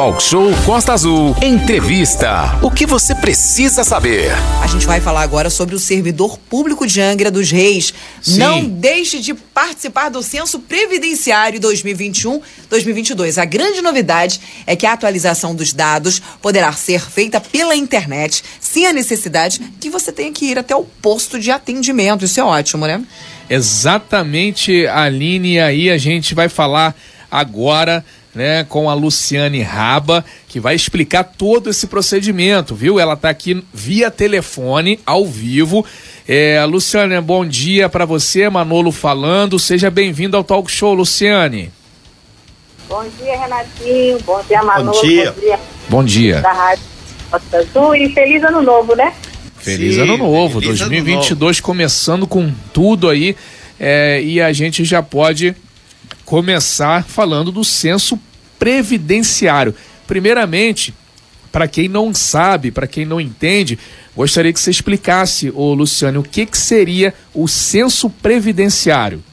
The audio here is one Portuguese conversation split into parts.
Talk Show Costa Azul. Entrevista. O que você precisa saber? A gente vai falar agora sobre o servidor público de Angra dos Reis. Sim. Não deixe de participar do Censo Previdenciário 2021-2022. A grande novidade é que a atualização dos dados poderá ser feita pela internet, sem a necessidade que você tenha que ir até o posto de atendimento. Isso é ótimo, né? Exatamente, Aline. E aí a gente vai falar agora, né, com a Luciane Raba, que vai explicar todo esse procedimento, viu? Ela está aqui via telefone, ao vivo. Luciane, bom dia para você, Manolo falando. Seja bem-vindo ao Talk Show, Luciane. Bom dia, Renatinho. Bom dia, Manolo. Bom dia. Bom dia. Da Rádio Costa Azul e feliz ano novo, né? Feliz ano novo, feliz 2022 ano novo. Começando com tudo aí, e a gente já pode começar falando do censo previdenciário. Primeiramente, para quem não sabe, para quem não entende, gostaria que você explicasse, Luciane, o que seria o censo previdenciário.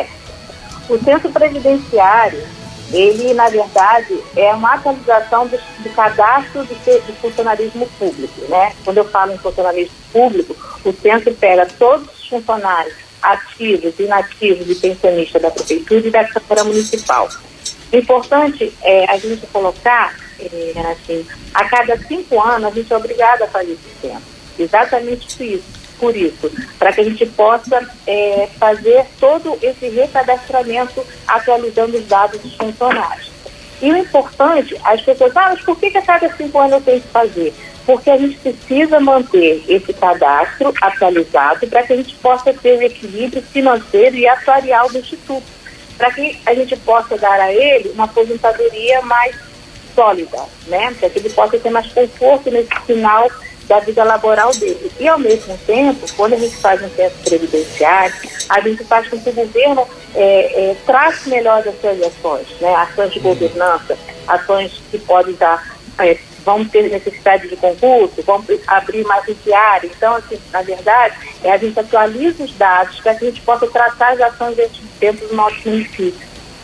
O censo previdenciário, ele, na verdade, é uma atualização do cadastro do funcionalismo público, né? Quando eu falo em funcionalismo público, o censo pega todos os funcionários ativos, inativos e pensionistas da Prefeitura e da Câmara Municipal. O importante é a gente colocar, assim, a cada 5 anos a gente é obrigado a fazer esse censo. Exatamente por isso, para que a gente possa fazer todo esse recadastramento atualizando os dados dos funcionários. E o importante, as pessoas falam, mas por que a cada 5 anos eu tenho que fazer? Porque a gente precisa manter esse cadastro atualizado para que a gente possa ter o equilíbrio financeiro e atuarial do Instituto, para que a gente possa dar a ele uma aposentadoria mais sólida, né? Para que ele possa ter mais conforto nesse final da vida laboral dele. E, ao mesmo tempo, quando a gente faz um censo previdenciário, a gente faz com que o governo trace melhor as suas ações, né? Ações de governança, ações que podem dar, vão ter necessidade de concurso, vão abrir mais um diário. Então, assim, na verdade, a gente atualiza os dados para que a gente possa tratar as ações dentro do nosso município.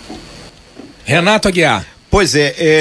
Renato Aguiar. Pois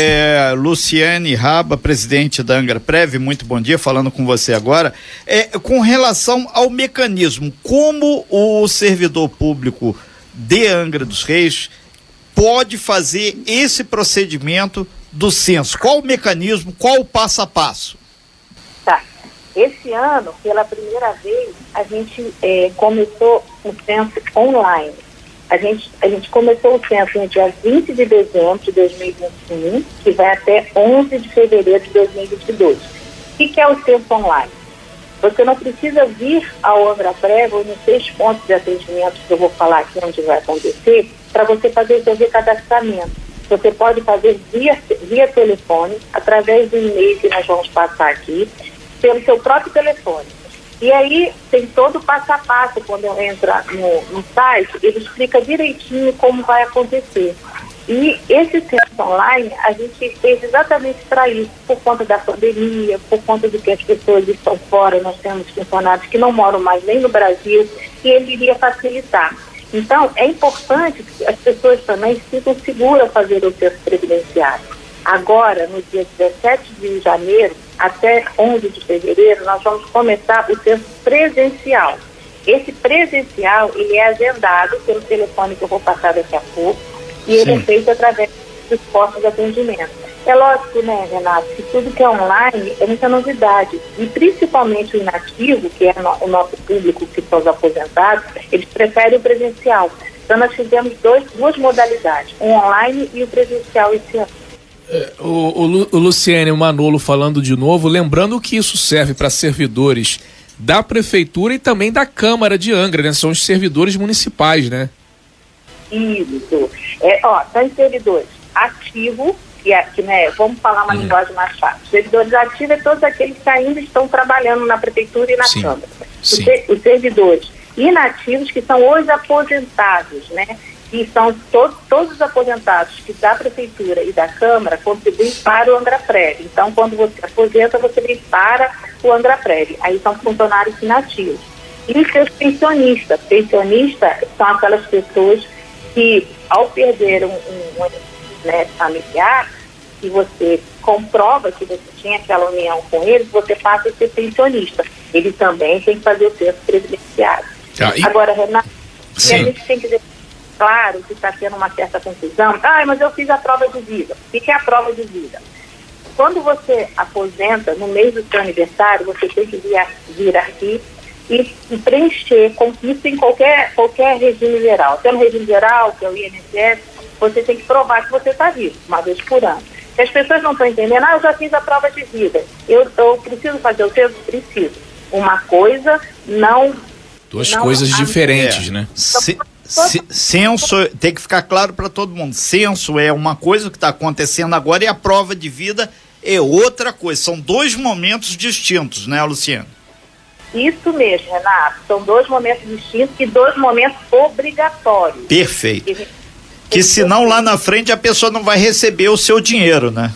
Luciane Raba, presidente da Angra Prev, muito bom dia, falando com você agora. Com relação ao mecanismo, como o servidor público de Angra dos Reis pode fazer esse procedimento do censo? Qual o mecanismo, qual o passo a passo? Tá. Esse ano, pela primeira vez, a gente começou o censo online. A gente começou o censo no dia 20 de dezembro de 2021, que vai até 11 de fevereiro de 2022. O que é o censo online? Você não precisa vir ao Angra Prev ou nos 6 pontos de atendimento que eu vou falar aqui onde vai acontecer, para você fazer o seu recadastramento. Você pode fazer via telefone, através do e-mail que nós vamos passar aqui, pelo seu próprio telefone. E aí tem todo o passo a passo. Quando eu entro no site, ele explica direitinho como vai acontecer. E esse censo online, a gente fez exatamente para isso, por conta da pandemia, por conta de que as pessoas estão fora, nós temos funcionários que não moram mais nem no Brasil, e ele iria facilitar. Então, é importante que as pessoas também se sintam seguras a fazer o censo previdenciário. Agora, no dia 17 de janeiro até 11 de fevereiro, nós vamos começar o censo presencial. Esse presencial, ele é agendado pelo telefone que eu vou passar daqui a pouco, e ele é feito através dos postos de atendimento. É lógico, né, Renato, que tudo que é online é muita novidade, e principalmente o inativo, que é o nosso público, que são os aposentados, eles preferem o presencial. Então, nós fizemos duas modalidades, o online e o presencial esse ano. O Luciane, o Manolo falando de novo, lembrando que isso serve para servidores da Prefeitura e também da Câmara de Angra, né? São os servidores municipais, né? Isso. São servidores ativos, né, vamos falar uma linguagem mais fácil. Servidores ativos é todos aqueles que ainda estão trabalhando na Prefeitura e na Câmara. Os servidores inativos, que são os aposentados, né? E são todos os aposentados que da Prefeitura e da Câmara contribuem para o Angra Prev. Então, quando você aposenta, você vem para o Angra Prev. Aí são funcionários inativos. E os seus pensionistas. Pensionistas são aquelas pessoas que, ao perder um familiar, que você comprova que você tinha aquela união com eles, você passa a ser pensionista. Ele também tem que fazer o censo previdenciário. Agora, Renato, a gente tem que deixar claro que está tendo uma certa confusão. Mas eu fiz a prova de vida. O que é a prova de vida? Quando você aposenta, no mês do seu aniversário, você tem que vir aqui e preencher com isso em qualquer regime geral. Até no regime geral, que é o INSS, você tem que provar que você está vivo, uma vez por ano. Se as pessoas não estão entendendo, eu já fiz a prova de vida, eu preciso fazer o censo? Preciso. Uma coisa não... Duas coisas diferentes, né? Censo, tem que ficar claro para todo mundo, censo é uma coisa que está acontecendo agora e a prova de vida é outra coisa. São dois momentos distintos, né, Luciana? Isso mesmo, Renato. São dois momentos distintos e dois momentos obrigatórios. Perfeito. Que senão lá na frente a pessoa não vai receber o seu dinheiro, né?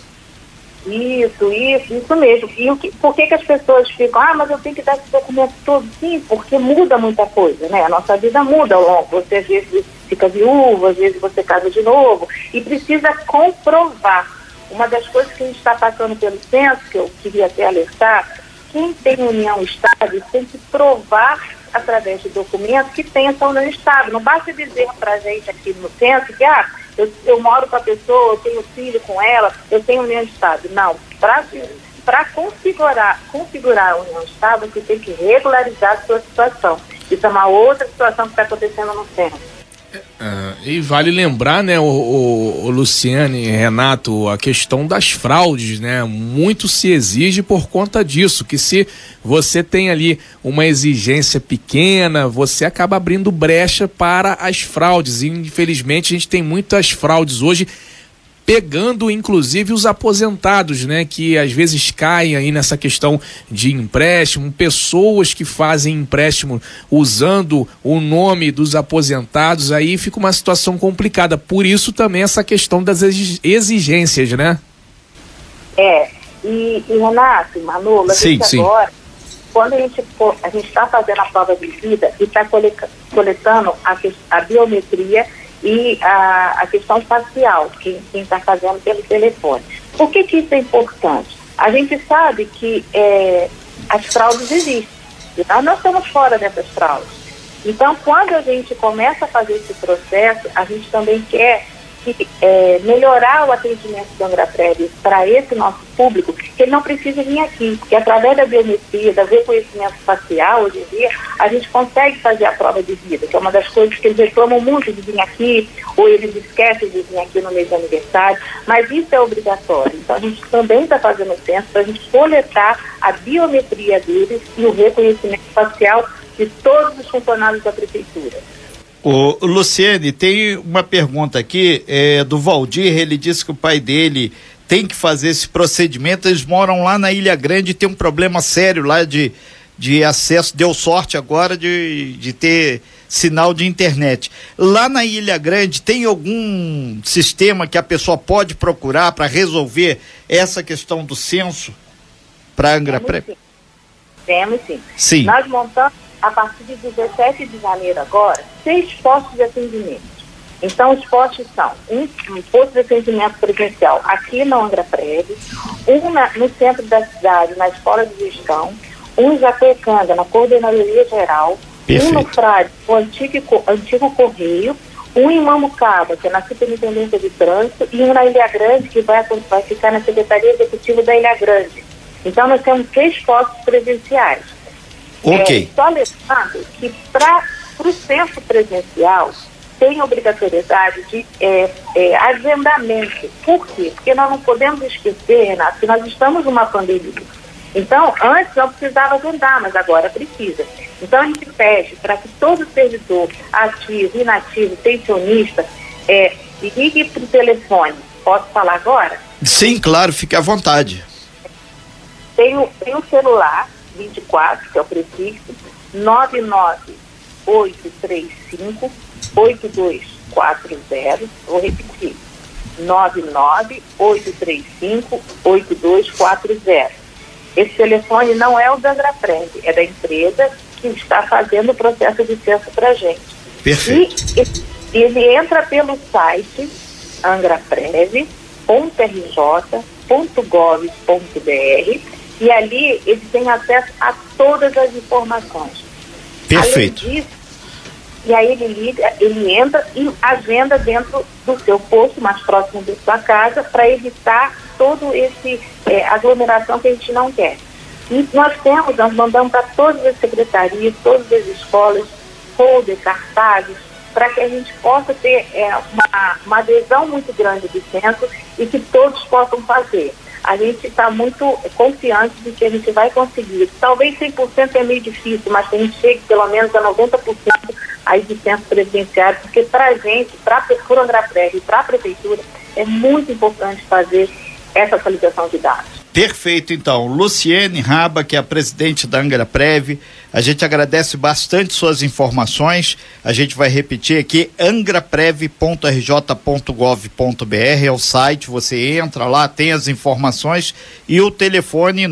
Isso mesmo. E por que as pessoas ficam, mas eu tenho que dar esse documento todo? Sim, porque muda muita coisa, né? A nossa vida muda ao longo. Você às vezes fica viúva, às vezes você casa de novo e precisa comprovar. Uma das coisas que a gente está passando pelo censo, que eu queria até alertar, quem tem união estável tem que provar através de documentos que tem essa união estável. Não basta dizer para a gente aqui no censo que eu moro com a pessoa, eu tenho filho com ela, eu tenho união estável. Não, para configurar a união estável, você tem que regularizar a sua situação. Isso é uma outra situação que está acontecendo no censo. E vale lembrar, né, o Luciane, Renato, a questão das fraudes, né? Muito se exige por conta disso, que se você tem ali uma exigência pequena, você acaba abrindo brecha para as fraudes. E infelizmente a gente tem muitas fraudes hoje, pegando inclusive os aposentados, né, que às vezes caem aí nessa questão de empréstimo, pessoas que fazem empréstimo usando o nome dos aposentados, aí fica uma situação complicada. Por isso também essa questão das exigências, né? E Renato, Manolo, agora, quando a gente está fazendo a prova de vida e está coletando a biometria e a questão facial, quem está fazendo pelo telefone. Por que isso é importante? A gente sabe que as fraudes existem, e nós não estamos fora dessas fraudes. Então, quando a gente começa a fazer esse processo, a gente também quer melhorar o atendimento do Angraprev para esse nosso público, que ele não precisa vir aqui, porque através da biometria, do reconhecimento facial, hoje em dia, a gente consegue fazer a prova de vida, que é uma das coisas que eles reclamam muito de vir aqui, ou eles esquecem de vir aqui no mês de aniversário, mas isso é obrigatório. Então a gente também está fazendo o censo para a gente coletar a biometria deles e o reconhecimento facial de todos os funcionários da prefeitura. O Luciane, tem uma pergunta aqui do Valdir. Ele disse que o pai dele tem que fazer esse procedimento. Eles moram lá na Ilha Grande e tem um problema sério lá de acesso. Deu sorte agora de ter sinal de internet. Lá na Ilha Grande tem algum sistema que a pessoa pode procurar para resolver essa questão do censo para Angraprev? Temos sim. Sim. Nós montamos, a partir de 17 de janeiro agora, 6 postos de atendimento. Então, os postos são um posto de atendimento presencial aqui na Angraprev, no centro da cidade, na Escola de Gestão, um em Jacuecanga, na Coordenadoria Geral, Perfeito. Um no Frade, o antigo Correio, um em Mamucaba, que é na Superintendência de Trânsito, e um na Ilha Grande, que vai ficar na Secretaria Executiva da Ilha Grande. Então, nós temos 3 postos presenciais. Ok. Só lembrando que para o censo presencial tem obrigatoriedade de agendamento. Por quê? Porque nós não podemos esquecer, Renato, que nós estamos numa pandemia. Então, antes não precisava agendar, mas agora precisa. Então, a gente pede para que todo servidor ativo, inativo, pensionista, ligue para o telefone. Posso falar agora? Sim, claro, fique à vontade. Tem o celular 24, que é o prefixo, 99835-8240, vou repetir, 99835-8240. Esse telefone não é o da Angraprev, é da empresa que está fazendo o processo de censo para a gente. Perfeito. E ele entra pelo site angraprev.gov.br angra.rj.gov.br, e ali eles têm acesso a todas as informações. Perfeito. Além disso, e aí ele liga, ele entra e agenda dentro do seu posto mais próximo da sua casa, para evitar todo esse aglomeração que a gente não quer. E nós mandamos para todas as secretarias, todas as escolas, folders, cartazes, para que a gente possa ter uma adesão muito grande do censo e que todos possam fazer. A gente está muito confiante de que a gente vai conseguir. Talvez 100% é meio difícil, mas que a gente chegue pelo menos a 90% aí de censo previdenciário, porque para a gente, para o Angra-Prev e para a Prefeitura, é muito importante fazer essa atualização de dados. Perfeito, então. Luciene Raba, que é a presidente da Angra-Prev, a gente agradece bastante suas informações. A gente vai repetir aqui, angraprev.rj.gov.br é o site, você entra lá, tem as informações, e o telefone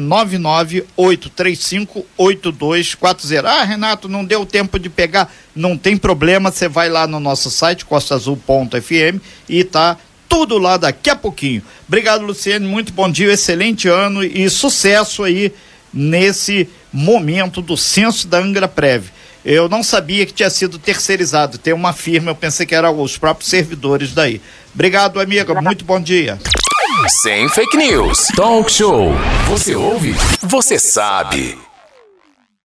998358240. Ah, Renato, não deu tempo de pegar. Não tem problema, você vai lá no nosso site, costaazul.fm, e tá tudo lá daqui a pouquinho. Obrigado, Luciene, muito bom dia, excelente ano e sucesso aí nesse momento do censo da Angra-Prev. Eu não sabia que tinha sido terceirizado, tem uma firma, eu pensei que eram os próprios servidores daí. Obrigado, amiga, muito bom dia. Sem fake news. Talk show. Você ouve? Você sabe.